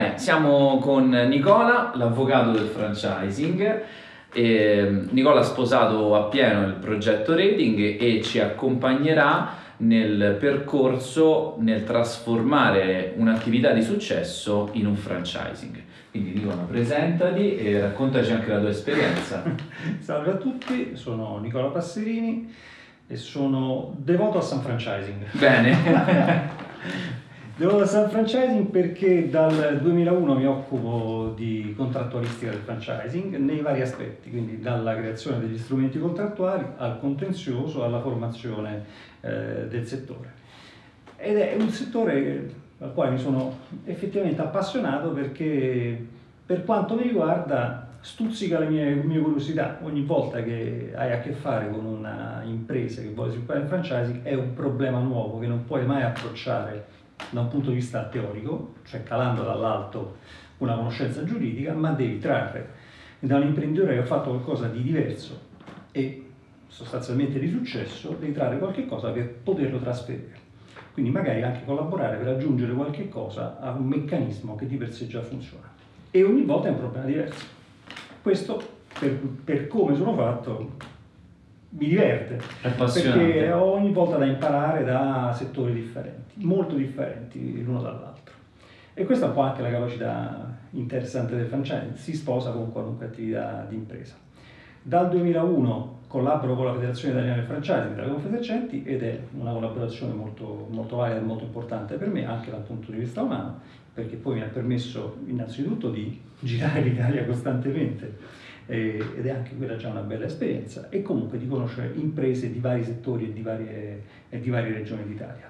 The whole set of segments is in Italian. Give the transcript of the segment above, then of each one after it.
Siamo con Nicola, l'avvocato del franchising. Nicola ha sposato appieno il progetto Rating e ci accompagnerà nel percorso nel trasformare un'attività di successo in un franchising. Quindi Nicola, presentati e raccontaci anche la tua esperienza. Salve a tutti, sono Nicola Passerini e sono devoto a Sun Franchising. Bene. Devoto a Sun Franchising perché dal 2001 mi occupo di contrattualistica del franchising nei vari aspetti, quindi dalla creazione degli strumenti contrattuali al contenzioso, alla formazione del settore. Ed è un settore al quale mi sono effettivamente appassionato perché, per quanto mi riguarda, stuzzica le mie curiosità. Ogni volta che hai a che fare con una impresa che vuole sviluppare il franchising è un problema nuovo che non puoi mai approcciare da un punto di vista teorico, cioè calando dall'alto una conoscenza giuridica, ma devi trarre da un imprenditore che ha fatto qualcosa di diverso e sostanzialmente di successo, devi trarre qualche cosa per poterlo trasferire. Quindi magari anche collaborare per aggiungere qualche cosa a un meccanismo che di per sé già funziona. E ogni volta è un problema diverso. Questo, per come sono fatto, mi diverte, perché ho ogni volta da imparare da settori differenti, molto differenti l'uno dall'altro. E questa è un po' anche la capacità interessante del franchising, si sposa con qualunque attività di impresa. Dal 2001 collaboro con la Federazione Italiana del Franchising della Confesercenti ed è una collaborazione molto, molto valida e molto importante per me, anche dal punto di vista umano, perché poi mi ha permesso innanzitutto di girare l'Italia costantemente ed è anche quella già una bella esperienza, e comunque di conoscere imprese di vari settori e di varie regioni d'Italia.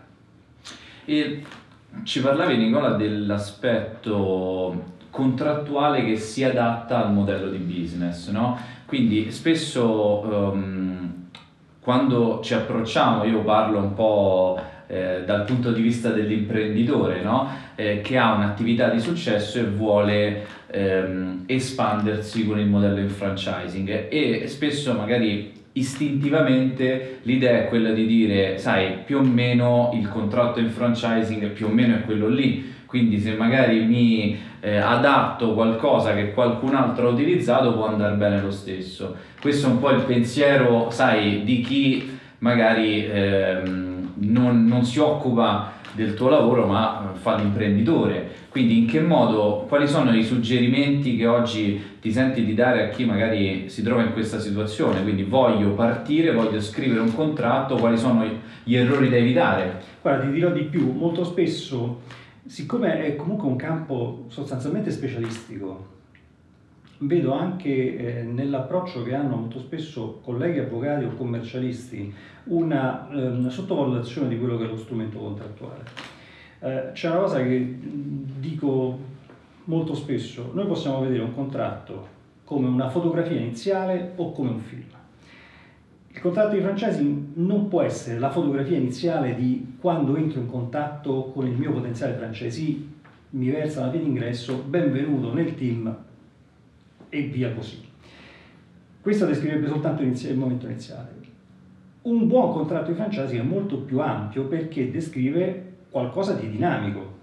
E ci parlavi, Nicola, dell'aspetto contrattuale che si adatta al modello di business, no? Quindi spesso quando ci approcciamo, io parlo un po' dal punto di vista dell'imprenditore, no? Che ha un'attività di successo e vuole espandersi con il modello in franchising, e spesso magari istintivamente l'idea è quella di dire, sai, più o meno il contratto in franchising più o meno è quello lì, quindi se magari mi adatto qualcosa che qualcun altro ha utilizzato può andare bene lo stesso. Questo è un po' il pensiero, sai, di chi magari non si occupa del tuo lavoro ma fa l'imprenditore. Quindi in che modo, quali sono i suggerimenti che oggi ti senti di dare a chi magari si trova in questa situazione? Quindi voglio partire, voglio scrivere un contratto, quali sono gli errori da evitare? Guarda, ti dirò di più, molto spesso, siccome è comunque un campo sostanzialmente specialistico, vedo anche nell'approccio che hanno molto spesso colleghi avvocati o commercialisti una sottovalutazione di quello che è lo strumento contrattuale. C'è una cosa che dico molto spesso: noi possiamo vedere un contratto come una fotografia iniziale o come un film. Il contratto di franchising non può essere la fotografia iniziale di quando entro in contatto con il mio potenziale franchisee, mi versa la via d'ingresso, benvenuto nel team e via così. Questo descriverebbe soltanto il momento iniziale. Un buon contratto di franchising è molto più ampio perché descrive qualcosa di dinamico,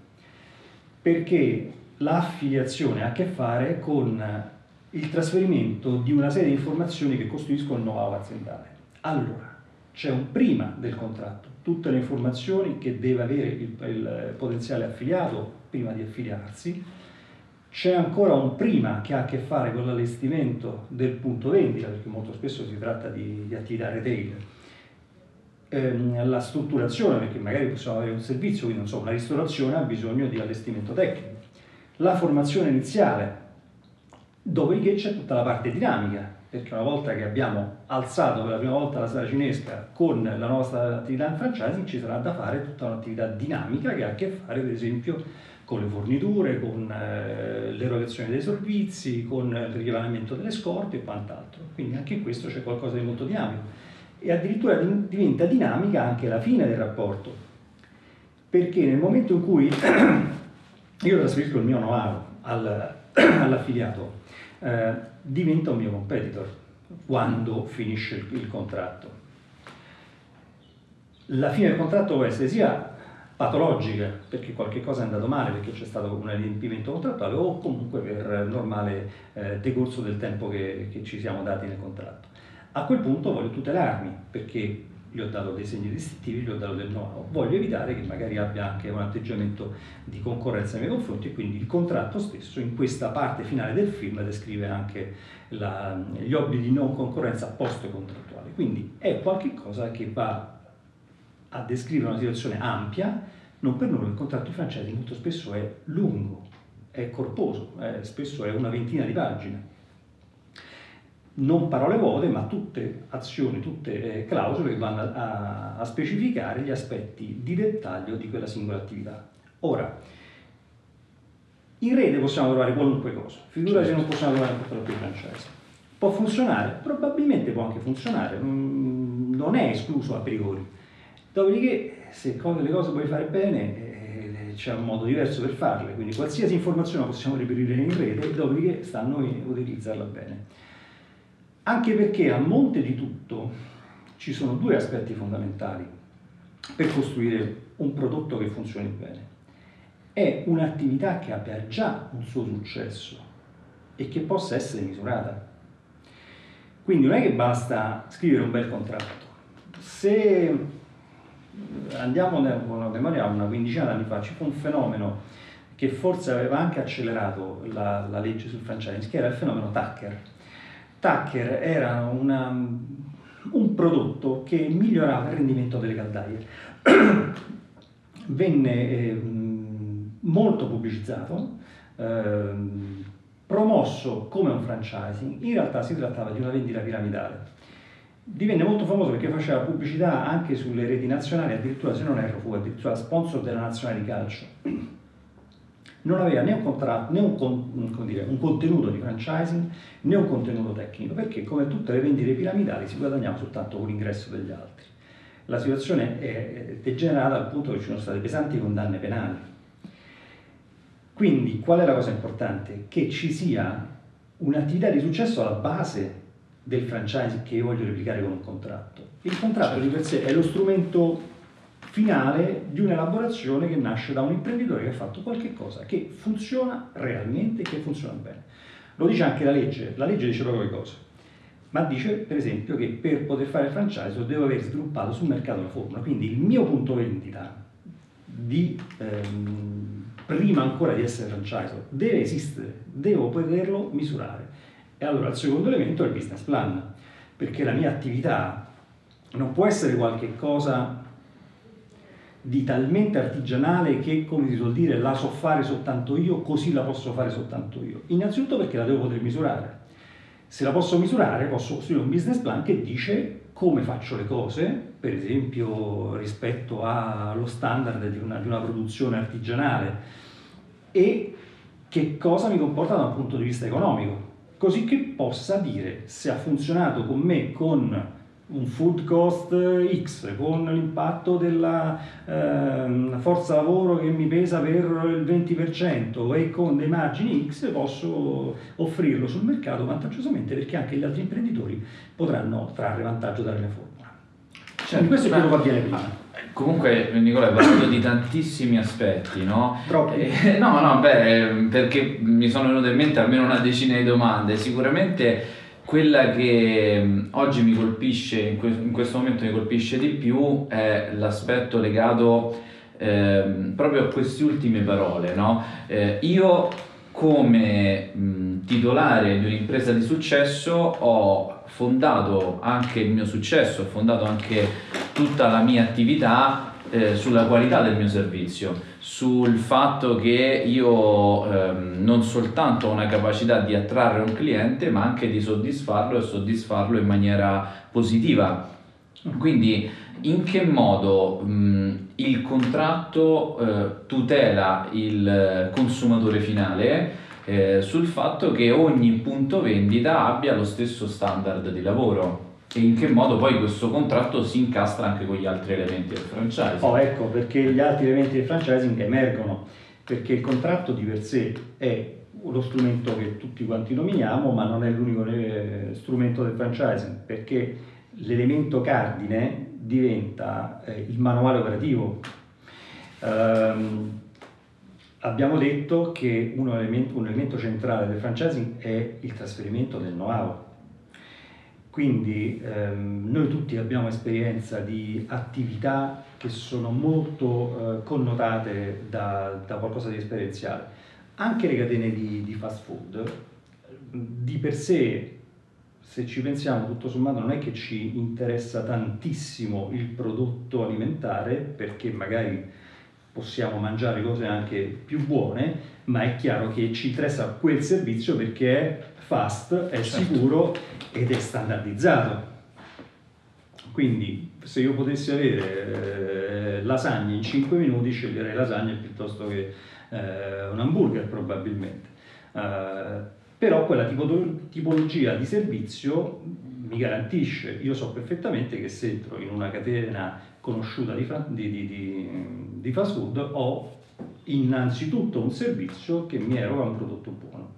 perché l'affiliazione ha a che fare con il trasferimento di una serie di informazioni che costituiscono il know-how aziendale. Allora, c'è un prima del contratto, tutte le informazioni che deve avere il potenziale affiliato prima di affiliarsi. C'è ancora un prima che ha a che fare con l'allestimento del punto vendita, perché molto spesso si tratta di attività retail. La strutturazione, perché magari possiamo avere un servizio, quindi non so, una ristorazione ha bisogno di allestimento tecnico. La formazione iniziale, dopodiché c'è tutta la parte dinamica, perché una volta che abbiamo alzato per la prima volta la saracinesca con la nostra attività in franchising, ci sarà da fare tutta un'attività dinamica che ha a che fare, per esempio, con le forniture, con l'erogazione dei servizi, con il rilevanamento delle scorte e quant'altro. Quindi anche in questo c'è qualcosa di molto dinamico. E addirittura diventa dinamica anche la fine del rapporto, perché nel momento in cui io trasferisco il mio know-how all'affiliato, diventa un mio competitor quando finisce il contratto. La fine del contratto può essere sia patologica, perché qualche cosa è andato male, perché c'è stato un adempimento contrattuale o comunque per normale decorso del tempo che ci siamo dati nel contratto. A quel punto voglio tutelarmi, perché gli ho dato dei segni distintivi, gli ho dato del know-how, voglio evitare che magari abbia anche un atteggiamento di concorrenza nei miei confronti, e quindi il contratto stesso in questa parte finale del film descrive anche gli obblighi di non concorrenza post-contrattuali. Quindi è qualcosa che va a descrivere una situazione ampia. Non per nulla il contratto di franchising molto spesso è lungo, è corposo, spesso è una ventina di pagine. Non parole vuote, ma tutte azioni, tutte clausole che vanno a specificare gli aspetti di dettaglio di quella singola attività. Ora, in rete possiamo trovare qualunque cosa, figurati se non possiamo trovare un contratto di franchising. Può funzionare? Probabilmente può anche funzionare, non è escluso a priori. Dopodiché, se le cose puoi fare bene, c'è un modo diverso per farle, quindi qualsiasi informazione possiamo reperire in rete, dopodiché sta a noi utilizzarla bene. Anche perché a monte di tutto ci sono due aspetti fondamentali per costruire un prodotto che funzioni bene. È un'attività che abbia già un suo successo e che possa essere misurata. Quindi non è che basta scrivere un bel contratto. Se andiamo con la memoria a una quindicina d'anni fa, ci fu un fenomeno che forse aveva anche accelerato la legge sul franchising, che era il fenomeno Tucker. Tucker era un prodotto che migliorava il rendimento delle caldaie. Venne molto pubblicizzato, promosso come un franchising. In realtà si trattava di una vendita piramidale. Divenne molto famoso perché faceva pubblicità anche sulle reti nazionali, addirittura, se non erro, fu addirittura sponsor della nazionale di calcio. Non aveva né un contratto, né un contenuto di franchising, né un contenuto tecnico, perché come tutte le vendite piramidali si guadagnava soltanto con l'ingresso degli altri. La situazione è degenerata al punto che ci sono state pesanti condanne penali. Quindi qual è la cosa importante? Che ci sia un'attività di successo alla base del franchising che io voglio replicare con un contratto. Il contratto di per sé è lo strumento finale di un'elaborazione che nasce da un imprenditore che ha fatto qualche cosa che funziona realmente e che funziona bene. Lo dice anche la legge dice proprio che cosa, ma dice per esempio che per poter fare il franchise devo aver sviluppato sul mercato la formula, quindi il mio punto vendita prima ancora di essere franchise deve esistere, devo poterlo misurare. E allora il secondo elemento è il business plan, perché la mia attività non può essere qualche cosa di talmente artigianale che, come si suol dire, la so fare soltanto io, così la posso fare soltanto io. Innanzitutto perché la devo poter misurare. Se la posso misurare, posso costruire un business plan che dice come faccio le cose, per esempio rispetto allo standard di una produzione artigianale, e che cosa mi comporta da un punto di vista economico, così che possa dire se ha funzionato con me con un food cost X, con l'impatto della forza lavoro che mi pesa per il 20% e con dei margini X, posso offrirlo sul mercato vantagiosamente, perché anche gli altri imprenditori potranno trarre vantaggio dalla mia formula. Cioè, questo è quello che avviene prima. Comunque Nicola hai parlato di tantissimi aspetti, no? Troppi. Perché mi sono venute in mente almeno una decina di domande. Sicuramente quella che oggi mi colpisce, in questo momento mi colpisce di più, è l'aspetto legato proprio a queste ultime parole, no? Io come titolare di un'impresa di successo ho fondato anche il mio successo, ho fondato anche tutta la mia attività sulla qualità del mio servizio, sul fatto che io non soltanto ho una capacità di attrarre un cliente, ma anche di soddisfarlo e soddisfarlo in maniera positiva. Quindi in che modo il contratto tutela il consumatore finale sul fatto che ogni punto vendita abbia lo stesso standard di lavoro, e in che modo poi questo contratto si incastra anche con gli altri elementi del franchising. Ecco perché gli altri elementi del franchising emergono, perché il contratto di per sé è lo strumento che tutti quanti nominiamo, ma non è l'unico strumento del franchising, perché l'elemento cardine diventa il manuale operativo. Abbiamo detto che un elemento centrale del franchising è il trasferimento del know-how. Quindi noi tutti abbiamo esperienza di attività che sono molto connotate da qualcosa di esperienziale. Anche le catene di fast food, di per sé, se ci pensiamo, tutto sommato non è che ci interessa tantissimo il prodotto alimentare, perché magari possiamo mangiare cose anche più buone, ma è chiaro che ci interessa quel servizio perché è fast, è sicuro ed è standardizzato. Quindi se io potessi avere lasagne in 5 minuti, sceglierei lasagne piuttosto che un hamburger probabilmente. Però quella tipologia di servizio mi garantisce, io so perfettamente che se entro in una catena conosciuta di fast food ho innanzitutto un servizio che mi eroga un prodotto buono.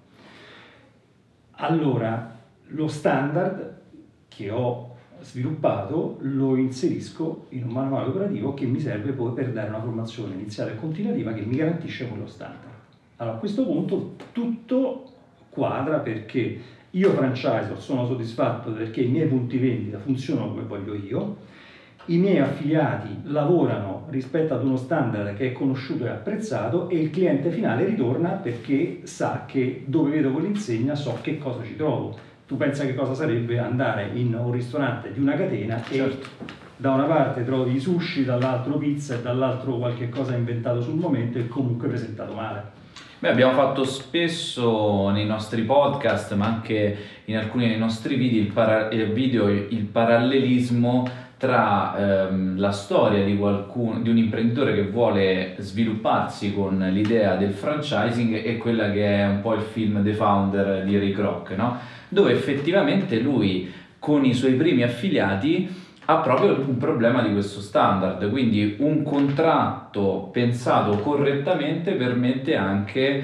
Allora, lo standard che ho sviluppato lo inserisco in un manuale operativo che mi serve poi per dare una formazione iniziale e continuativa che mi garantisce quello standard. Allora, a questo punto tutto quadra, perché io franchisor sono soddisfatto perché i miei punti vendita funzionano come voglio io, i miei affiliati lavorano rispetto ad uno standard che è conosciuto e apprezzato e il cliente finale ritorna perché sa che dove vedo quell'insegna so che cosa ci trovo. Tu pensa che cosa sarebbe andare in un ristorante di una catena e da una parte trovi i sushi, dall'altro pizza e dall'altro qualche cosa inventato sul momento e comunque presentato male. Beh, abbiamo fatto spesso nei nostri podcast, ma anche in alcuni dei nostri video, il parallelismo tra la storia di un imprenditore che vuole svilupparsi con l'idea del franchising e quella che è un po' il film The Founder di Ray Kroc, no? Dove effettivamente lui con i suoi primi affiliati ha proprio un problema di questo standard, quindi un contratto pensato correttamente permette anche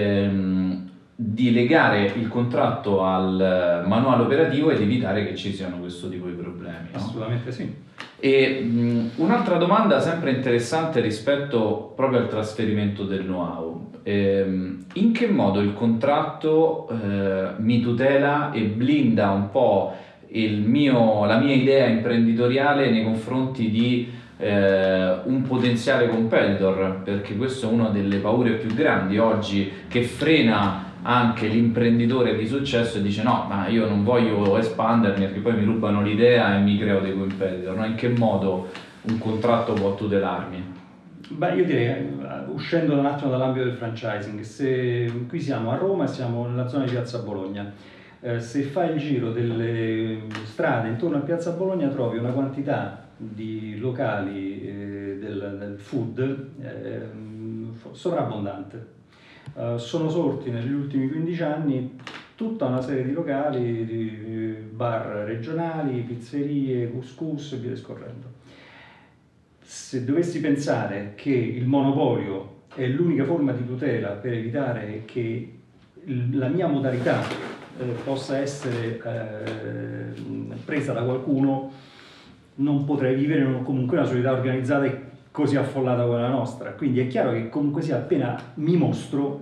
di legare il contratto al manuale operativo ed evitare che ci siano questo tipo di problemi, no? Assolutamente sì. E un'altra domanda sempre interessante rispetto proprio al trasferimento del know-how. In che modo il contratto mi tutela e blinda un po' la mia idea imprenditoriale nei confronti di un potenziale competitor, perché questo è una delle paure più grandi oggi che frena anche l'imprenditore di successo e dice no, ma io non voglio espandermi perché poi mi rubano l'idea e mi creo dei competitor, no? In che modo un contratto può tutelarmi? Beh, io direi, uscendo un attimo dall'ambito del franchising, se qui siamo a Roma, siamo nella zona di Piazza Bologna, se fai il giro delle strade intorno a Piazza Bologna trovi una quantità di locali del food sovrabbondante. Sono sorti negli ultimi 15 anni tutta una serie di locali, di bar regionali, pizzerie, couscous e via discorrendo. Se dovessi pensare che il monopolio è l'unica forma di tutela per evitare che la mia modalità possa essere presa da qualcuno, non potrei vivere comunque una società organizzata e così affollata come la nostra. Quindi è chiaro che comunque sia appena mi mostro,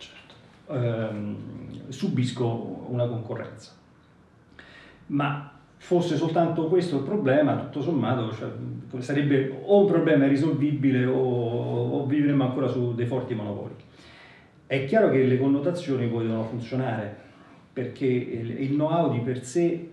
subisco una concorrenza. Ma fosse soltanto questo il problema, tutto sommato sarebbe o un problema irrisolvibile o vivremmo ancora su dei forti monopoli. È chiaro che le connotazioni poi devono funzionare, perché il know-how di per sé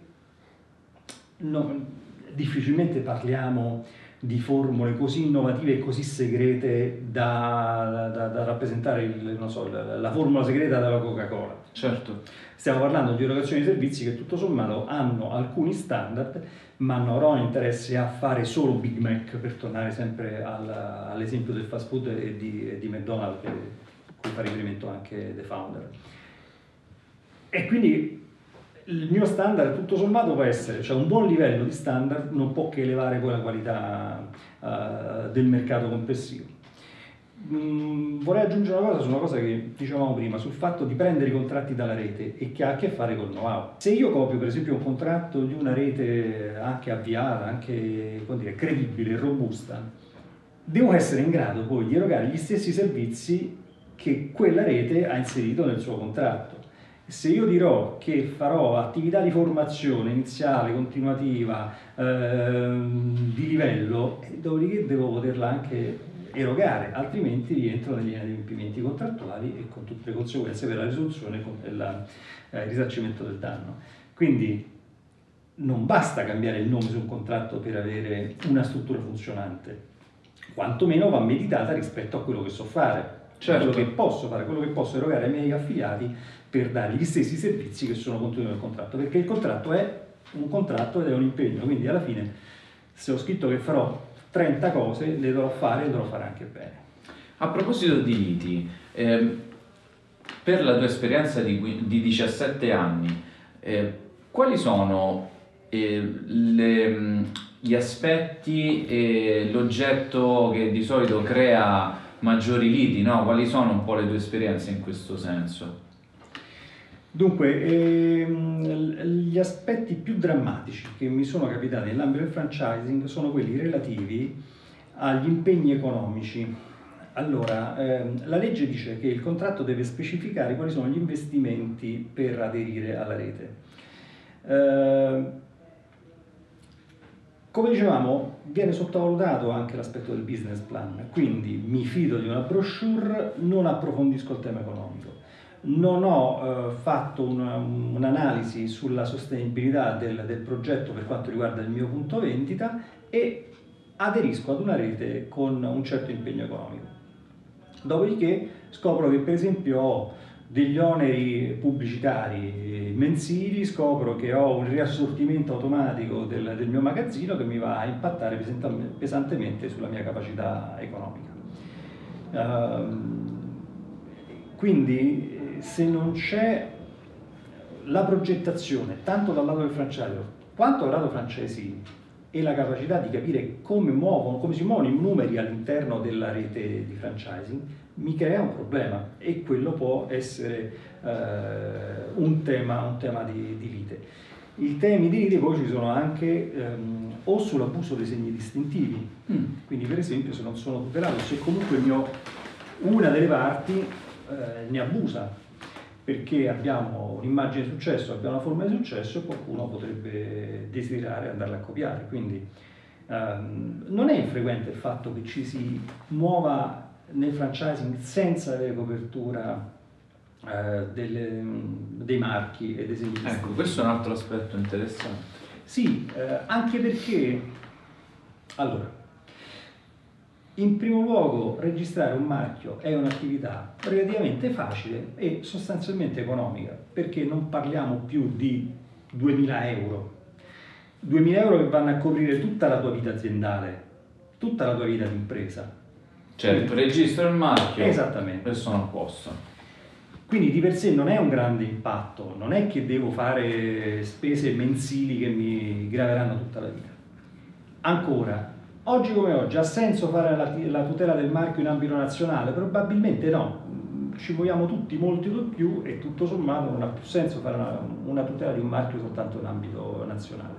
difficilmente parliamo di formule così innovative e così segrete da rappresentare la formula segreta della Coca-Cola. Certo. Stiamo parlando di erogazioni di servizi che tutto sommato hanno alcuni standard, ma non avrò interesse a fare solo Big Mac, per tornare sempre all'esempio del fast food e di McDonald's, cui fa riferimento anche The Founder. E quindi il mio standard tutto sommato può essere, cioè un buon livello di standard non può che elevare poi la qualità del mercato complessivo. Vorrei aggiungere una cosa che dicevamo prima, sul fatto di prendere i contratti dalla rete e che ha a che fare col know-how. Se io copio per esempio un contratto di una rete anche avviata, anche credibile e robusta, devo essere in grado poi di erogare gli stessi servizi che quella rete ha inserito nel suo contratto. Se io dirò che farò attività di formazione iniziale, continuativa, di livello, dopodiché devo poterla anche erogare, altrimenti rientro negli adempimenti contrattuali e con tutte le conseguenze per la risoluzione e il risarcimento del danno. Quindi non basta cambiare il nome su un contratto per avere una struttura funzionante, quantomeno va meditata rispetto a quello che so fare, quello che posso fare, quello che posso erogare ai miei affiliati per dare gli stessi servizi che sono contenuti nel contratto, perché il contratto è un contratto ed è un impegno, quindi alla fine se ho scritto che farò 30 cose le dovrò fare e dovrò fare anche bene. A proposito di liti, per la tua esperienza di 17 anni, quali sono gli aspetti e l'oggetto che di solito crea maggiori liti, no? Quali sono un po' le tue esperienze in questo senso? Dunque, gli aspetti più drammatici che mi sono capitati nell'ambito del franchising sono quelli relativi agli impegni economici. Allora, la legge dice che il contratto deve specificare quali sono gli investimenti per aderire alla rete. Come dicevamo, viene sottovalutato anche l'aspetto del business plan, quindi mi fido di una brochure, non approfondisco il tema economico. Non ho fatto un'analisi sulla sostenibilità del progetto per quanto riguarda il mio punto vendita e aderisco ad una rete con un certo impegno economico. Dopodiché scopro che per esempio ho degli oneri pubblicitari mensili, scopro che ho un riassortimento automatico del mio magazzino che mi va a impattare pesantemente sulla mia capacità economica. Quindi se non c'è la progettazione tanto dal lato del franchiser quanto dal lato franchisee e la capacità di capire come si muovono i numeri all'interno della rete di franchising, mi crea un problema e quello può essere un tema di lite. I temi di lite poi ci sono anche o sull'abuso dei segni distintivi, quindi per esempio se non sono tutelato, se comunque una delle parti ne abusa perché abbiamo un'immagine di successo, abbiamo una forma di successo e qualcuno potrebbe desiderare andarla a copiare. Quindi non è infrequente il fatto che ci si muova nel franchising senza avere copertura dei marchi e dei segni. Ecco, questo è un altro aspetto interessante. Sì, anche perché, allora, in primo luogo registrare un marchio è un'attività relativamente facile e sostanzialmente economica, perché non parliamo più di 2.000 euro. 2.000 euro che vanno a coprire tutta la tua vita aziendale, tutta la tua vita di impresa. Certo, registro il marchio. Esattamente. E sono a posto. Quindi di per sé non è un grande impatto, non è che devo fare spese mensili che mi graveranno tutta la vita. Ancora, oggi come oggi ha senso fare la tutela del marchio in ambito nazionale? Probabilmente no, ci muoviamo tutti molto di più e tutto sommato non ha più senso fare una tutela di un marchio soltanto in ambito nazionale.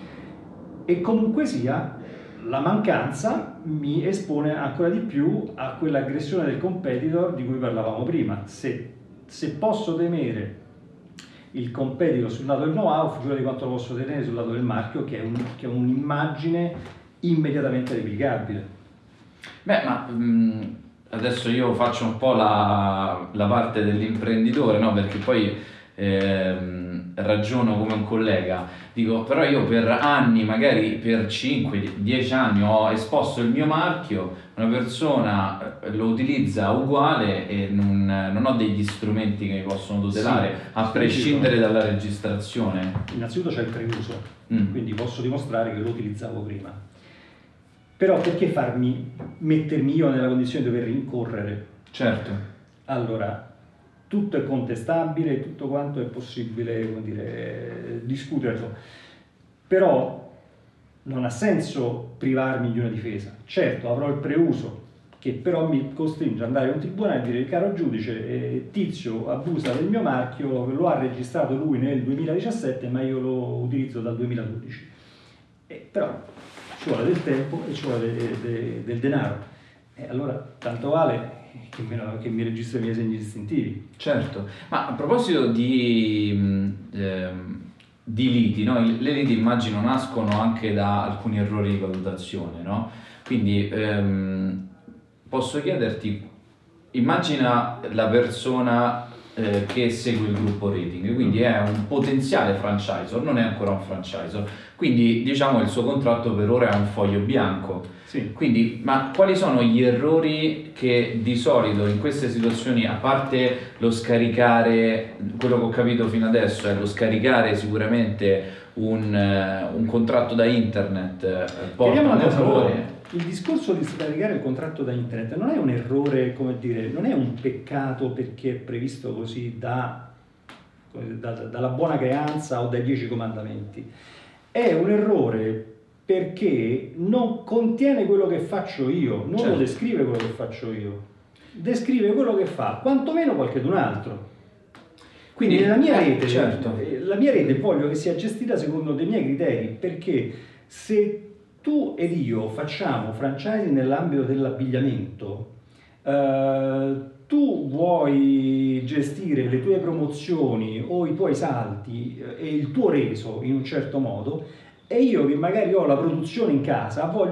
E comunque sia, la mancanza mi espone ancora di più a quell'aggressione del competitor di cui parlavamo prima. Se posso temere il competitor sul lato del know-how, figurati quanto lo posso tenere sul lato del marchio, che è un'immagine immediatamente replicabile. Beh, ma adesso io faccio un po' la parte dell'imprenditore, no? Perché poi ragiono come un collega, dico, però io per anni, magari per 5-10 anni ho esposto il mio marchio, una persona lo utilizza uguale e non ho degli strumenti che mi possono tutelare, sì, a prescindere dalla registrazione. Innanzitutto c'è il preuso, quindi posso dimostrare che lo utilizzavo prima. Però perché mettermi io nella condizione di dover rincorrere? Certo. Allora, tutto è contestabile, tutto quanto è possibile, come dire, discuterlo. Però non ha senso privarmi di una difesa. Certo, avrò il preuso, che però mi costringe ad andare a un tribunale e dire: caro giudice, Tizio abusa del mio marchio, lo ha registrato lui nel 2017, ma io lo utilizzo dal 2012. Però ci vuole del tempo e ci vuole del denaro. allora tanto vale che mi registro i miei segni distintivi. Certo, ma a proposito di liti, no? Le liti immagino nascono anche da alcuni errori di valutazione, no? Quindi posso chiederti, immagina la persona che segue il gruppo rating, quindi è un potenziale franchisor, non è ancora un franchisor, quindi diciamo il suo contratto per ora è un foglio bianco. Sì. Quindi, ma quali sono gli errori che di solito in queste situazioni, a parte lo scaricare, quello che ho capito fino adesso è lo scaricare sicuramente un contratto da internet, porta un errore. Il discorso di scaricare il contratto da internet non è un errore, come dire, non è un peccato perché è previsto così dalla buona creanza o dai 10 comandamenti. È un errore perché non contiene quello che faccio io, non Certo. lo descrive quello che faccio io, descrive quello che fa quantomeno qualcun altro. Quindi la mia rete voglio che sia gestita secondo dei miei criteri, perché se tu ed io facciamo franchising nell'ambito dell'abbigliamento, tu vuoi gestire le tue promozioni o i tuoi salti e il tuo reso in un certo modo, e io che magari ho la produzione in casa voglio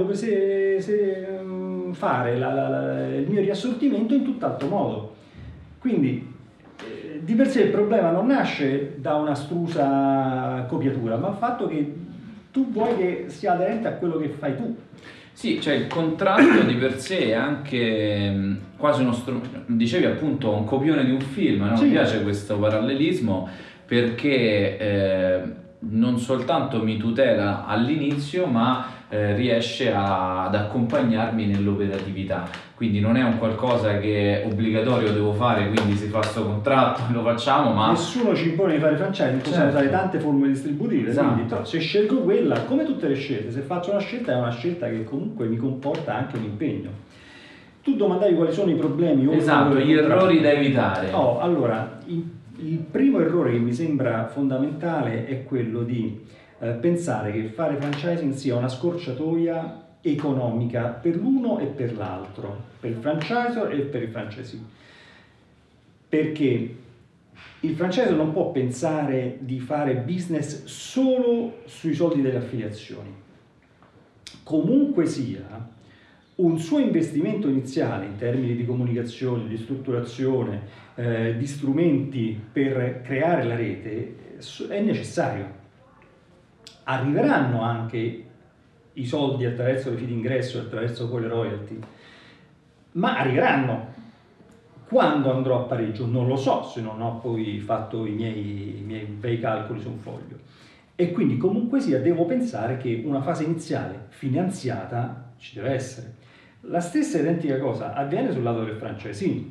fare il mio riassortimento in tutt'altro modo. Quindi di per sé il problema non nasce da una strusa copiatura, ma dal fatto che tu vuoi che sia aderente a quello che fai tu. Sì, cioè il contratto di per sé è anche quasi uno strumento, dicevi appunto un copione di un film, no? Sì. Mi piace questo parallelismo perché non soltanto mi tutela all'inizio, ma riesce ad accompagnarmi nell'operatività. Quindi non è un qualcosa che è obbligatorio devo fare, quindi si fa sto contratto, lo facciamo, ma... Nessuno ci impone di fare franchising, possiamo usare tante forme distributive, Esatto. quindi se scelgo quella, come tutte le scelte, se faccio una scelta è una scelta che comunque mi comporta anche un impegno. Tu domandavi quali sono i problemi. Esatto, gli errori da evitare. Oh, allora, il primo errore che mi sembra fondamentale è quello di pensare che fare franchising sia una scorciatoia economica per l'uno e per l'altro, per il franchisor e per il franchisee. Perché il franchisor non può pensare di fare business solo sui soldi delle affiliazioni. Comunque sia, un suo investimento iniziale in termini di comunicazione, di strutturazione, di strumenti per creare la rete è necessario. Arriveranno anche i soldi attraverso le fee d'ingresso, attraverso quelle royalty, ma arriveranno. Quando andrò a pareggio non lo so, se non ho poi fatto i miei bei calcoli su un foglio. E quindi comunque sia devo pensare che una fase iniziale finanziata ci deve essere. La stessa identica cosa avviene sul lato del franchising.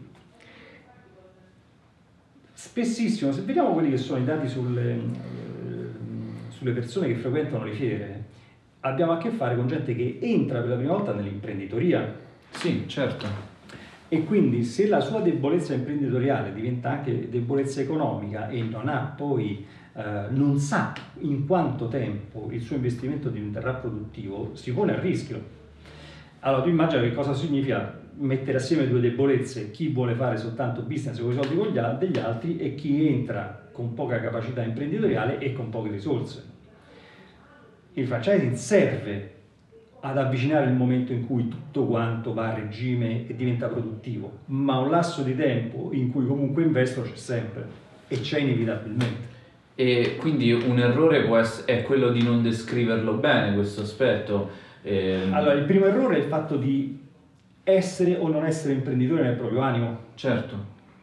Spessissimo, se vediamo quelli che sono i dati sulle persone che frequentano le fiere, abbiamo a che fare con gente che entra per la prima volta nell'imprenditoria. Sì, certo. E quindi se la sua debolezza imprenditoriale diventa anche debolezza economica e non ha poi, non sa in quanto tempo il suo investimento diventerà produttivo, si pone a rischio. Allora tu immagina che cosa significa mettere assieme due debolezze, chi vuole fare soltanto business con i soldi degli altri e chi entra con poca capacità imprenditoriale e con poche risorse. Il franchising serve ad avvicinare il momento in cui tutto quanto va a regime e diventa produttivo, ma un lasso di tempo in cui comunque investo c'è sempre e c'è inevitabilmente. E quindi un errore è quello di non descriverlo bene questo aspetto. Allora, il primo errore è il fatto di essere o non essere imprenditore nel proprio animo. Certo.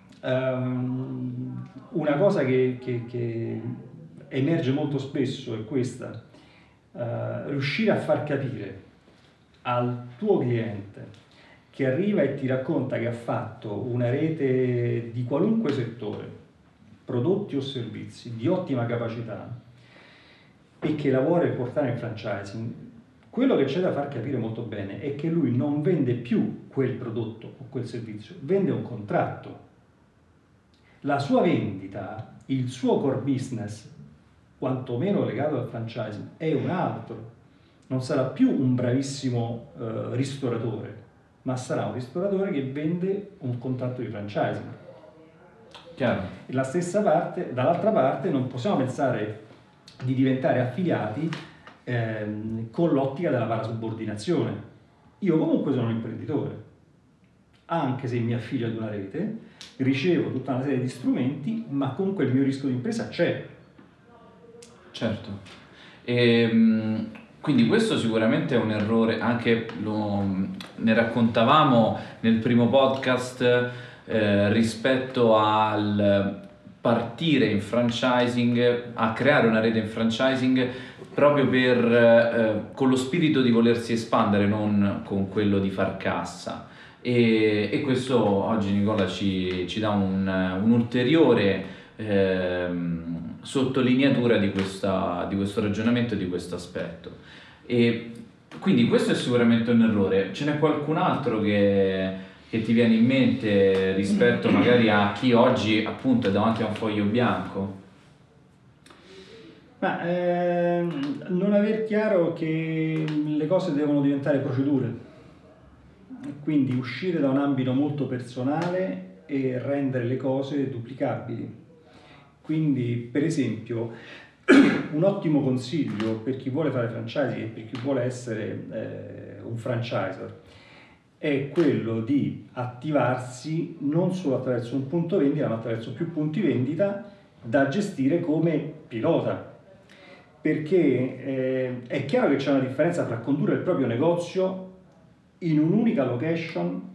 Una cosa che emerge molto spesso è questa: riuscire a far capire al tuo cliente che arriva e ti racconta che ha fatto una rete di qualunque settore, prodotti o servizi, di ottima capacità e che lavora per portare in franchising, quello che c'è da far capire molto bene è che lui non vende più quel prodotto o quel servizio, vende un contratto. La sua vendita, il suo core business, quantomeno legato al franchising, è un altro. Non sarà più un bravissimo ristoratore, ma sarà un ristoratore che vende un contratto di franchising. Chiaro. E la stessa parte, dall'altra parte, non possiamo pensare di diventare affiliati con l'ottica della parasubordinazione. Io comunque sono un imprenditore, anche se mi affilio ad una rete, ricevo tutta una serie di strumenti, ma comunque il mio rischio di impresa c'è. Certo. Quindi questo sicuramente è un errore, anche ne raccontavamo nel primo podcast rispetto al partire in franchising, a creare una rete in franchising proprio con lo spirito di volersi espandere, non con quello di far cassa. E questo oggi Nicola ci dà un'ulteriore sottolineatura di questo ragionamento e di questo aspetto. E quindi questo è sicuramente un errore. Ce n'è qualcun altro che ti viene in mente rispetto magari a chi oggi appunto è davanti a un foglio bianco? Ma non aver chiaro che le cose devono diventare procedure, quindi uscire da un ambito molto personale e rendere le cose duplicabili. Quindi, per esempio, un ottimo consiglio per chi vuole fare franchising e per chi vuole essere un franchiser è quello di attivarsi non solo attraverso un punto vendita, ma attraverso più punti vendita da gestire come pilota. Perché è chiaro che c'è una differenza tra condurre il proprio negozio in un'unica location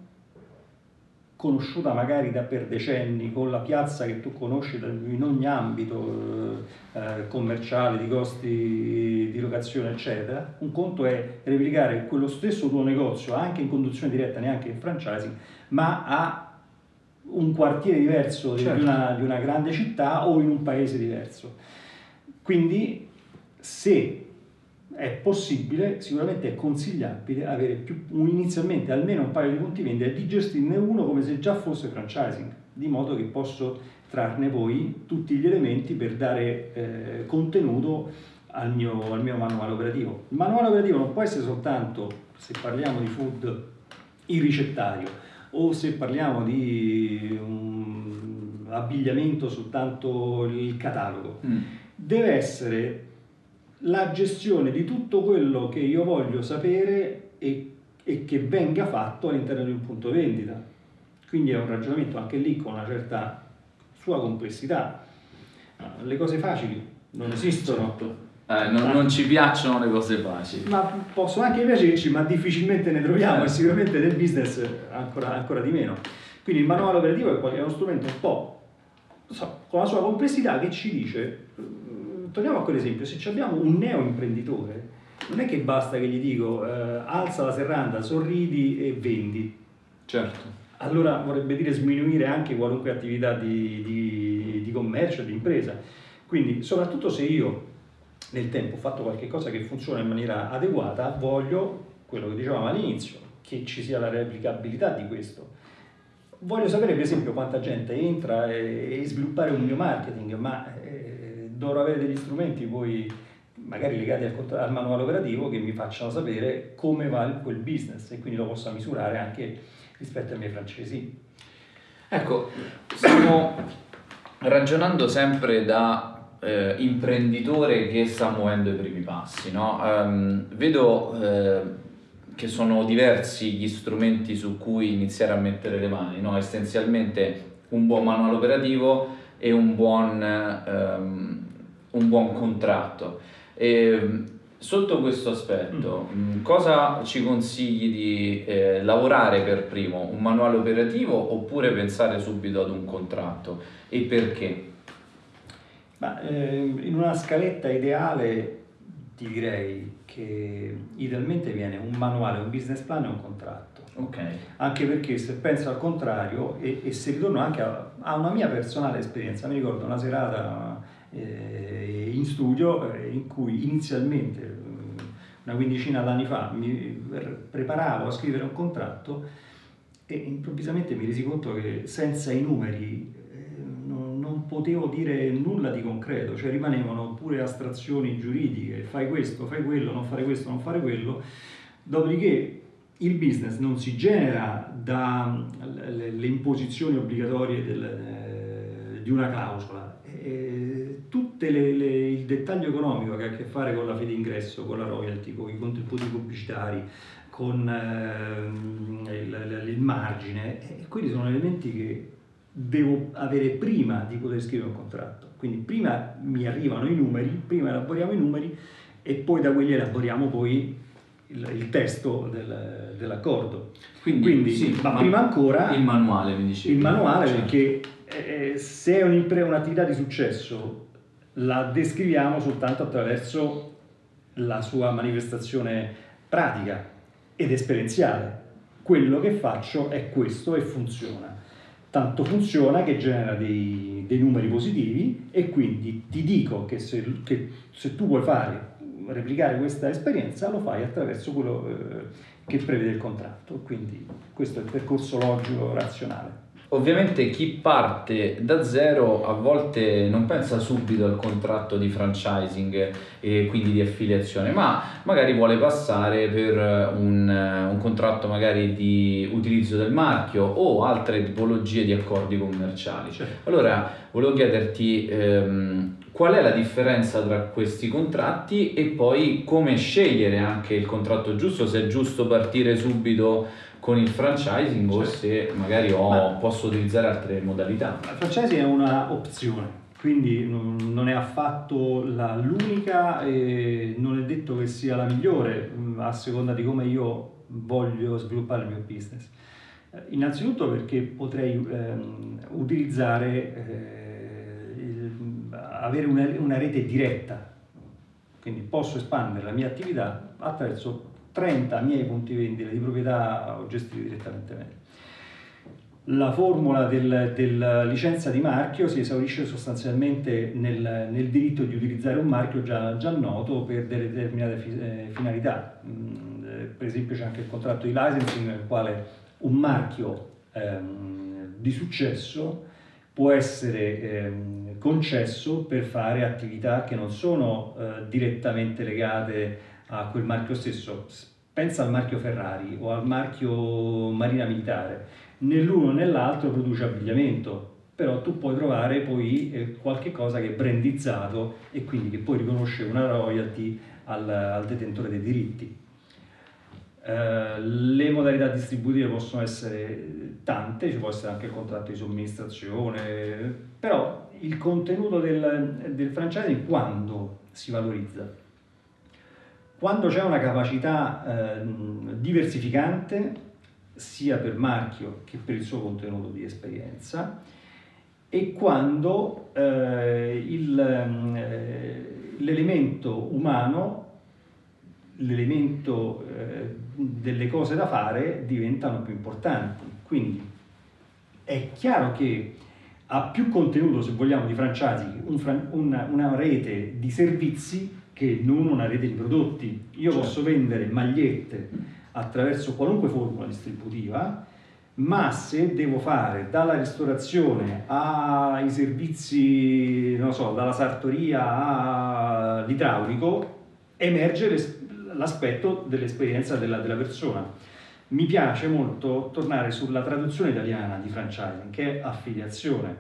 conosciuta magari per decenni, con la piazza che tu conosci in ogni ambito commerciale, di costi di locazione eccetera. Un conto è replicare quello stesso tuo negozio anche in conduzione diretta, neanche in franchising, ma a un quartiere diverso certo. di una grande città o in un paese diverso. Quindi se è possibile, sicuramente è consigliabile avere inizialmente almeno un paio di punti vendita e di gestirne uno come se già fosse franchising, di modo che posso trarne poi tutti gli elementi per dare contenuto al mio manuale operativo. Il manuale operativo non può essere soltanto, se parliamo di food, il ricettario, o se parliamo di abbigliamento soltanto il catalogo. Deve essere la gestione di tutto quello che io voglio sapere e che venga fatto all'interno di un punto vendita. Quindi è un ragionamento anche lì con una certa sua complessità. Le cose facili non esistono. Non ci piacciono le cose facili. Ma possono anche piacerci, ma difficilmente ne troviamo e sicuramente del business ancora di meno. Quindi il manuale operativo è uno strumento un po' con la sua complessità che ci dice. Torniamo a quell'esempio, se abbiamo un neo imprenditore, non è che basta che gli dico alza la serranda, sorridi e vendi. Certo. Allora vorrebbe dire sminuire anche qualunque attività di commercio, di impresa. Quindi, soprattutto se io nel tempo ho fatto qualche cosa che funziona in maniera adeguata, voglio, quello che dicevamo all'inizio, che ci sia la replicabilità di questo. Voglio sapere per esempio quanta gente entra e sviluppare un mio marketing, ma dovrò avere degli strumenti poi magari legati al manuale operativo che mi facciano sapere come va quel business e quindi lo possa misurare anche rispetto ai miei francesi. Ecco, stiamo ragionando sempre da imprenditore che sta muovendo i primi passi, no? Vedo che sono diversi gli strumenti su cui iniziare a mettere le mani, no? Essenzialmente un buon manuale operativo e un buon contratto. Sotto questo aspetto, cosa ci consigli di lavorare per primo? Un manuale operativo oppure pensare subito ad un contratto? E perché? In una scaletta ideale ti direi che idealmente viene un manuale, un business plan e un contratto. Ok. Anche perché se penso al contrario e se ritorno anche a una mia personale esperienza, mi ricordo una serata in studio in cui inizialmente una quindicina d'anni fa mi preparavo a scrivere un contratto e improvvisamente mi resi conto che senza i numeri non potevo dire nulla di concreto, cioè rimanevano pure astrazioni giuridiche, fai questo, fai quello, non fare questo, non fare quello. Dopodiché il business non si genera dalle imposizioni obbligatorie di una clausola. Tutto il dettaglio economico che ha a che fare con la fee d'ingresso, con la royalty, con i contributi pubblicitari, con il margine, quelli sono elementi che devo avere prima di poter scrivere un contratto. Quindi prima mi arrivano i numeri, prima elaboriamo i numeri e poi da quelli elaboriamo poi il testo dell'accordo. Quindi sì, ma prima ancora il manuale, mi dicevi. Il manuale, certo. Perché se è un'attività di successo la descriviamo soltanto attraverso la sua manifestazione pratica ed esperienziale. Quello che faccio è questo e funziona. Tanto funziona che genera dei numeri positivi e quindi ti dico che se tu vuoi replicare questa esperienza lo fai attraverso quello che prevede il contratto. Quindi questo è il percorso logico razionale. Ovviamente chi parte da zero a volte non pensa subito al contratto di franchising e quindi di affiliazione, ma magari vuole passare per un contratto magari di utilizzo del marchio o altre tipologie di accordi commerciali. Certo. Allora, volevo chiederti qual è la differenza tra questi contratti e poi come scegliere anche il contratto giusto, se è giusto partire subito con il franchising o se magari posso utilizzare altre modalità. Il franchising è una opzione, quindi non è affatto l'unica e non è detto che sia la migliore a seconda di come io voglio sviluppare il mio business. Innanzitutto perché potrei avere una rete diretta, quindi posso espandere la mia attività attraverso 30 miei punti vendita di proprietà gestiti direttamente me. La formula della licenza di marchio si esaurisce sostanzialmente nel diritto di utilizzare un marchio già noto per delle determinate finalità. Per esempio c'è anche il contratto di licensing nel quale un marchio di successo può essere concesso per fare attività che non sono direttamente legate a quel marchio stesso. Pensa al marchio Ferrari o al marchio Marina Militare, né l'uno né l'altro produce abbigliamento, però tu puoi trovare poi qualche cosa che è brandizzato e quindi che poi riconosce una royalty al detentore dei diritti. Le modalità distributive possono essere tante, ci può essere anche il contratto di somministrazione, però il contenuto del franchising quando si valorizza? Quando c'è una capacità diversificante sia per marchio che per il suo contenuto di esperienza e quando l'elemento umano, l'elemento delle cose da fare diventano più importanti. Quindi è chiaro che ha più contenuto, se vogliamo, di franchising una rete di servizi che non una rete di prodotti. Io posso vendere magliette attraverso qualunque formula distributiva, ma se devo fare dalla ristorazione ai servizi, non so, dalla sartoria all'idraulico, emerge l'aspetto dell'esperienza della persona. Mi piace molto tornare sulla traduzione italiana di franchising, che è affiliazione.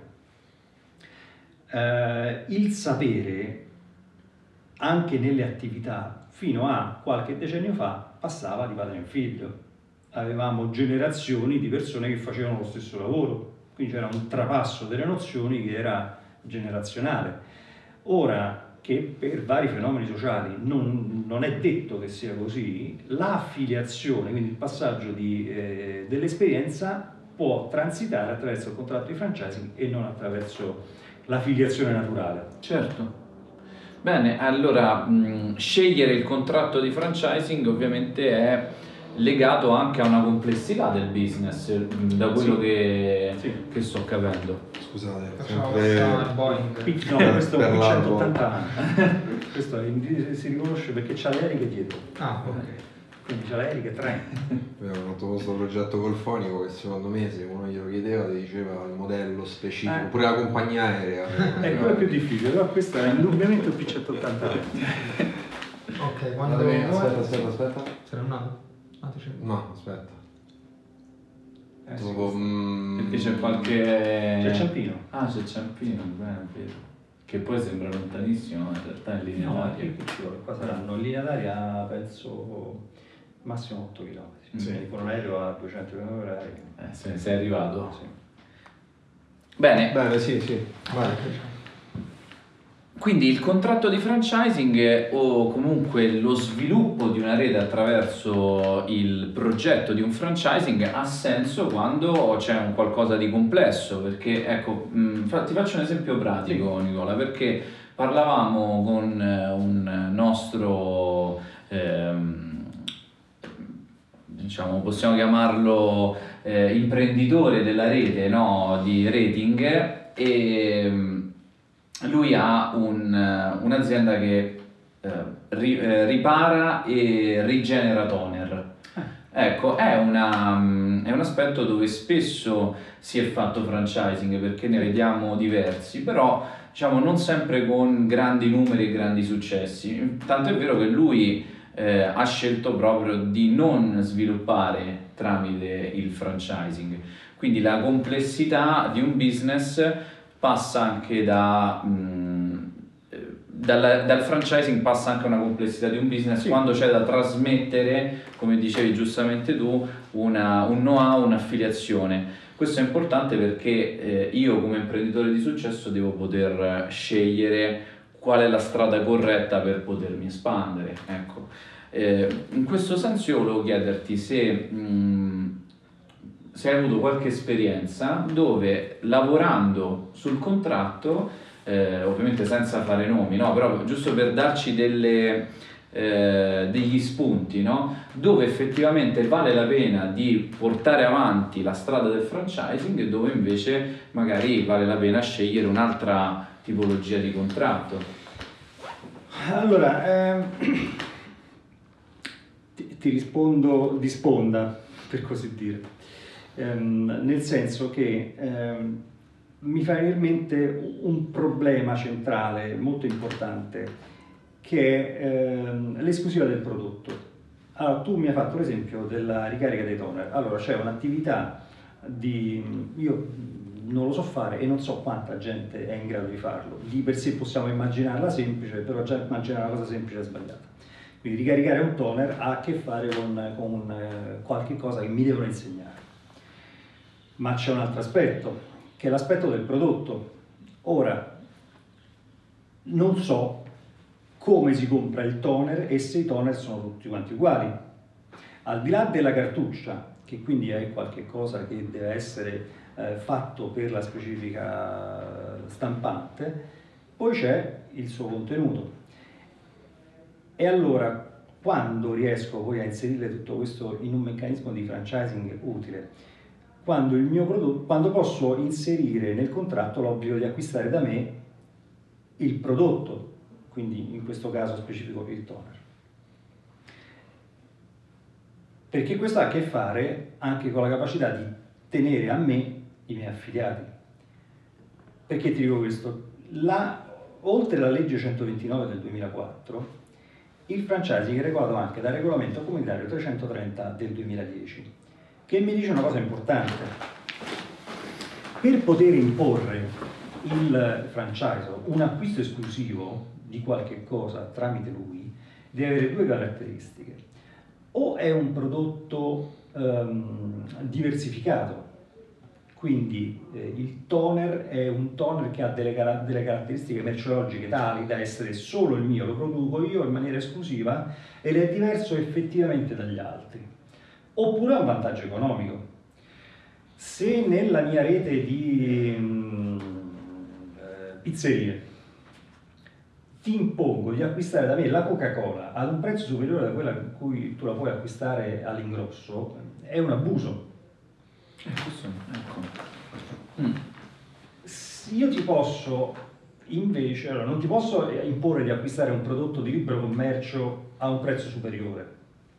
Il sapere, anche nelle attività, fino a qualche decennio fa, passava di padre in figlio. Avevamo generazioni di persone che facevano lo stesso lavoro, quindi c'era un trapasso delle nozioni che era generazionale. Ora che per vari fenomeni sociali non è detto che sia così, l'affiliazione, quindi il passaggio dell'esperienza, può transitare attraverso il contratto di franchising e non attraverso l'affiliazione naturale. Certo. Bene, allora scegliere il contratto di franchising ovviamente è legato anche a una complessità del business, da quello che sto capendo. Scusate, no, questo è un 180 questo si riconosce perché c'ha le eliche dietro. Ah, ok. Quindi c'ha le eliche 3. Abbiamo fatto questo progetto col fonico che secondo me, se uno glielo chiedeva, ti diceva il modello specifico, pure la compagnia aerea. È quello più difficile, però questo è indubbiamente un P180. Ok, quando Aspetta. sei andato? No, aspetta. Perché c'è qualche... C'è Ciampino. Ah, c'è Ciampino, bene, vero. Che poi sembra lontanissimo, ma in realtà è in linea d'aria. Qua saranno in linea d'aria, penso, massimo 8 km. Quindi con un aereo a 200 km/h. Se ne sei arrivato. Sì. Bene. Sì. Vai. Quindi il contratto di franchising o comunque lo sviluppo di una rete attraverso il progetto di un franchising ha senso quando c'è un qualcosa di complesso, perché ecco, ti faccio un esempio pratico, Nicola, perché parlavamo con un nostro, diciamo, possiamo chiamarlo imprenditore della rete, no? Di rating, e lui ha un'azienda che ripara e rigenera toner. Ecco, è un aspetto dove spesso si è fatto franchising, perché ne vediamo diversi, però diciamo non sempre con grandi numeri e grandi successi. Tanto è vero che lui ha scelto proprio di non sviluppare tramite il franchising. Quindi la complessità di un business passa anche dal franchising, passa anche una complessità di un business, quando c'è da trasmettere, come dicevi giustamente tu, un know-how, un'affiliazione. Questo è importante perché io come imprenditore di successo devo poter scegliere qual è la strada corretta per potermi espandere. Ecco. In questo senso io volevo chiederti se hai avuto qualche esperienza dove lavorando sul contratto, ovviamente senza fare nomi, no? Però giusto per darci degli spunti, no? Dove effettivamente vale la pena di portare avanti la strada del franchising e dove invece magari vale la pena scegliere un'altra tipologia di contratto. Allora, ti rispondo di sponda, per così dire. Nel senso che mi fa venire in mente un problema centrale molto importante, che è l'esclusiva del prodotto. Allora, tu mi hai fatto l'esempio della ricarica dei toner. Allora, c'è un'attività io non lo so fare e non so quanta gente è in grado di farlo. Di per sé possiamo immaginarla semplice, però già immaginare una cosa semplice è sbagliata. Quindi ricaricare un toner ha a che fare con qualche cosa che mi devono insegnare. Ma c'è un altro aspetto, che è l'aspetto del prodotto. Ora, non so come si compra il toner e se i toner sono tutti quanti uguali. Al di là della cartuccia, che quindi è qualche cosa che deve essere fatto per la specifica stampante, poi c'è il suo contenuto. E allora, quando riesco poi a inserire tutto questo in un meccanismo di franchising utile? Quando il mio prodotto, quando posso inserire nel contratto l'obbligo di acquistare da me il prodotto, quindi in questo caso specifico il toner. Perché questo ha a che fare anche con la capacità di tenere a me i miei affiliati. Perché ti dico questo? Oltre alla legge 129 del 2004, il franchising è regolato anche dal regolamento comunitario 330 del 2010, che mi dice una cosa importante. Per poter imporre il franchise un acquisto esclusivo di qualche cosa tramite lui, deve avere due caratteristiche. O è un prodotto diversificato, quindi il toner è un toner che ha delle caratteristiche merceologiche tali da essere solo il mio, lo produco io in maniera esclusiva ed è diverso effettivamente dagli altri. Oppure ha un vantaggio economico. Se nella mia rete di pizzerie ti impongo di acquistare da me la Coca-Cola ad un prezzo superiore a quella in cui tu la puoi acquistare all'ingrosso, è un abuso. Io ti posso invece, allora, non ti posso imporre di acquistare un prodotto di libero commercio a un prezzo superiore,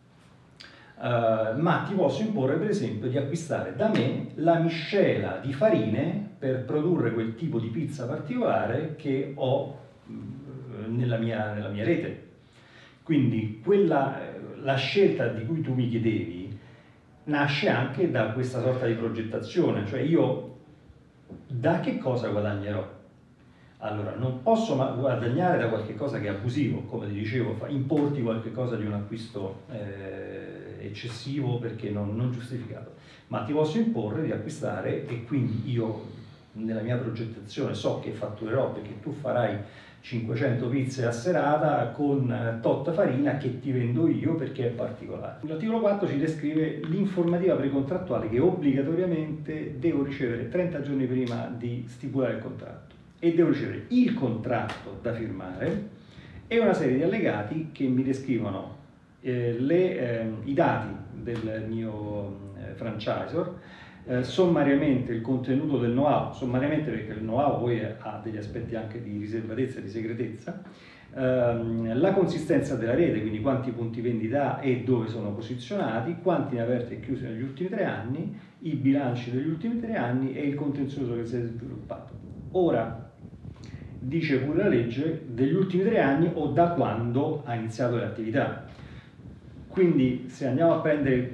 ma ti posso imporre per esempio di acquistare da me la miscela di farine per produrre quel tipo di pizza particolare che ho nella mia rete. Quindi la scelta di cui tu mi chiedevi nasce anche da questa sorta di progettazione, cioè io da che cosa guadagnerò? Allora, non posso guadagnare da qualche cosa che è abusivo, come ti dicevo, importi qualche cosa di un acquisto eccessivo perché non giustificato, ma ti posso imporre di acquistare, e quindi io nella mia progettazione so che fatturerò perché tu farai 500 pizze a serata con tot farina che ti vendo io perché è particolare. L'articolo 4 ci descrive l'informativa precontrattuale che obbligatoriamente devo ricevere 30 giorni prima di stipulare il contratto, e devo ricevere il contratto da firmare e una serie di allegati che mi descrivono i dati del mio franchisor, sommariamente il contenuto del know-how, sommariamente perché il know-how poi ha degli aspetti anche di riservatezza e di segretezza, la consistenza della rete, quindi quanti punti vendita e dove sono posizionati, quanti ne ha aperti e chiusi negli ultimi 3 anni, i bilanci degli ultimi 3 anni e il contenzioso che si è sviluppato. Ora, dice pure la legge degli ultimi 3 anni o da quando ha iniziato l'attività. Quindi se andiamo a prendere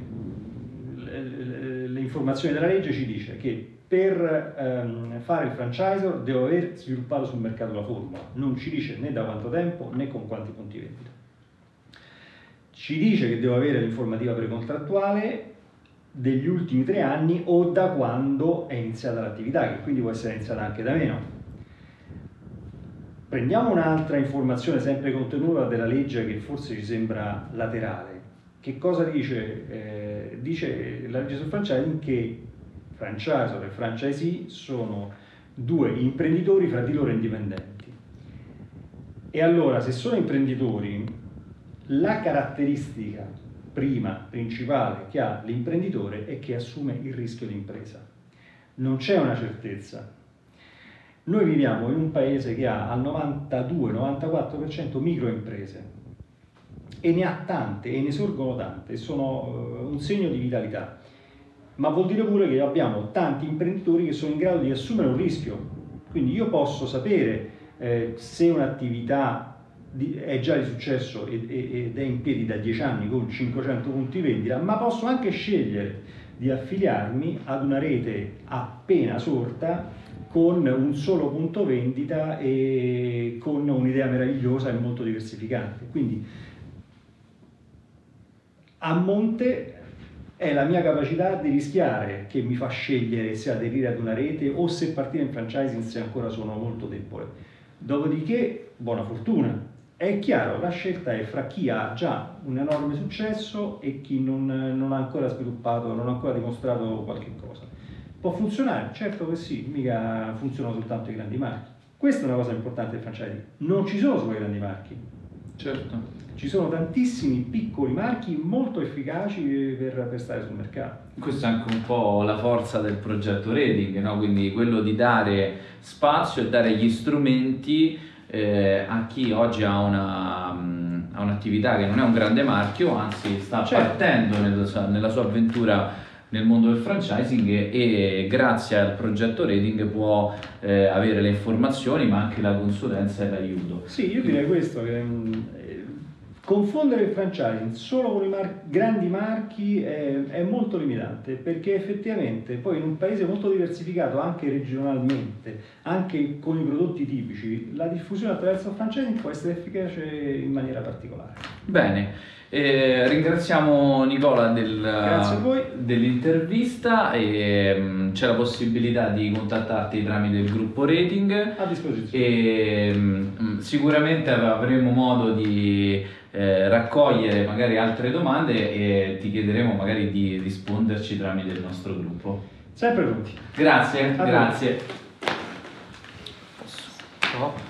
le informazioni della legge, ci dice che per fare il franchisor devo aver sviluppato sul mercato la formula, non ci dice né da quanto tempo né con quanti punti vendita. Ci dice che devo avere l'informativa precontrattuale degli ultimi 3 anni o da quando è iniziata l'attività, che quindi può essere iniziata anche da meno. Prendiamo un'altra informazione sempre contenuta della legge che forse ci sembra laterale. Che cosa dice? Dice la legge sul franchising che franchisor e franchisee sono 2 imprenditori fra di loro indipendenti. E allora, se sono imprenditori, la caratteristica principale che ha l'imprenditore è che assume il rischio d'impresa. Non c'è una certezza. Noi viviamo in un paese che ha al 92-94% microimprese e ne ha tante e ne sorgono tante, sono un segno di vitalità, ma vuol dire pure che abbiamo tanti imprenditori che sono in grado di assumere un rischio. Quindi io posso sapere se un'attività è già di successo ed è in piedi da 10 anni con 500 punti vendita, ma posso anche scegliere di affiliarmi ad una rete appena sorta con un solo punto vendita e con un'idea meravigliosa e molto diversificante. Quindi a monte è la mia capacità di rischiare che mi fa scegliere se aderire ad una rete o se partire in franchising se ancora sono molto debole. Dopodiché, buona fortuna. È chiaro, la scelta è fra chi ha già un enorme successo e chi non ha ancora sviluppato, non ha ancora dimostrato qualche cosa. Può funzionare? Certo che sì, mica funzionano soltanto i grandi marchi. Questa è una cosa importante del franchising. Non ci sono solo i grandi marchi. Certo. Ci sono tantissimi piccoli marchi molto efficaci per stare sul mercato. Questa è anche un po' la forza del progetto Reding, no? Quindi quello di dare spazio e dare gli strumenti a chi oggi ha un'attività che non è un grande marchio, anzi sta partendo nella sua avventura nel mondo del franchising e grazie al progetto Reding può avere le informazioni ma anche la consulenza e l'aiuto. Sì, io direi questo, che confondere il franchising solo con i grandi marchi è molto limitante, perché effettivamente poi in un paese molto diversificato anche regionalmente, anche con i prodotti tipici, la diffusione attraverso il franchising può essere efficace in maniera particolare. Bene. Ringraziamo Nicola Grazie a voi. dell'intervista e c'è la possibilità di contattarti tramite il gruppo Rating A disposizione. e sicuramente avremo modo di raccogliere magari altre domande e ti chiederemo magari di risponderci tramite il nostro gruppo. Sempre pronti. Grazie, A voi. grazie.